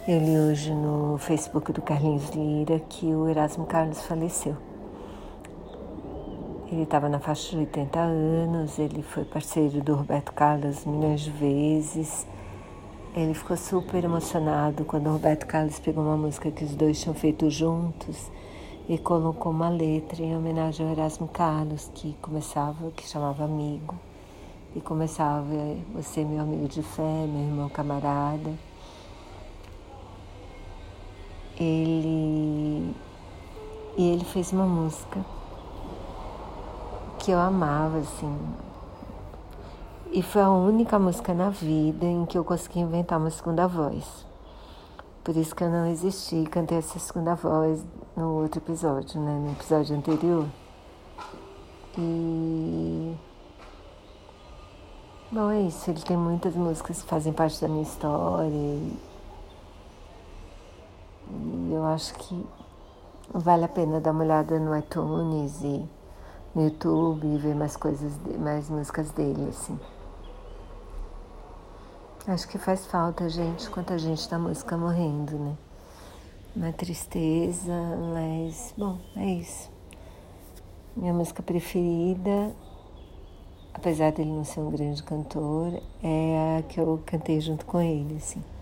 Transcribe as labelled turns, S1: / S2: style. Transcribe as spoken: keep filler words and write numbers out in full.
S1: Eu li hoje no Facebook do Carlinhos Lira que o Erasmo Carlos faleceu. Ele estava na faixa de oitenta anos, ele foi parceiro do Roberto Carlos milhões de vezes. Ele ficou super emocionado quando o Roberto Carlos pegou uma música que os dois tinham feito juntos e colocou uma letra em homenagem ao Erasmo Carlos, que começava, que chamava Amigo, e começava: você, meu amigo de fé, meu irmão camarada. Ele, e ele fez uma música que eu amava, assim, e foi a única música na vida em que eu consegui inventar uma segunda voz. Por isso que eu não existi e cantei essa segunda voz no outro episódio, né, no episódio anterior. E... bom, é isso, ele tem muitas músicas que fazem parte da minha história e, e eu acho que vale a pena dar uma olhada no iTunes e no YouTube e ver mais coisas, mais músicas dele, assim. Acho que faz falta, gente, quanta gente da música morrendo, né? Uma tristeza, mas, bom, é isso. Minha música preferida, apesar dele não ser um grande cantor, é a que eu cantei junto com ele, assim.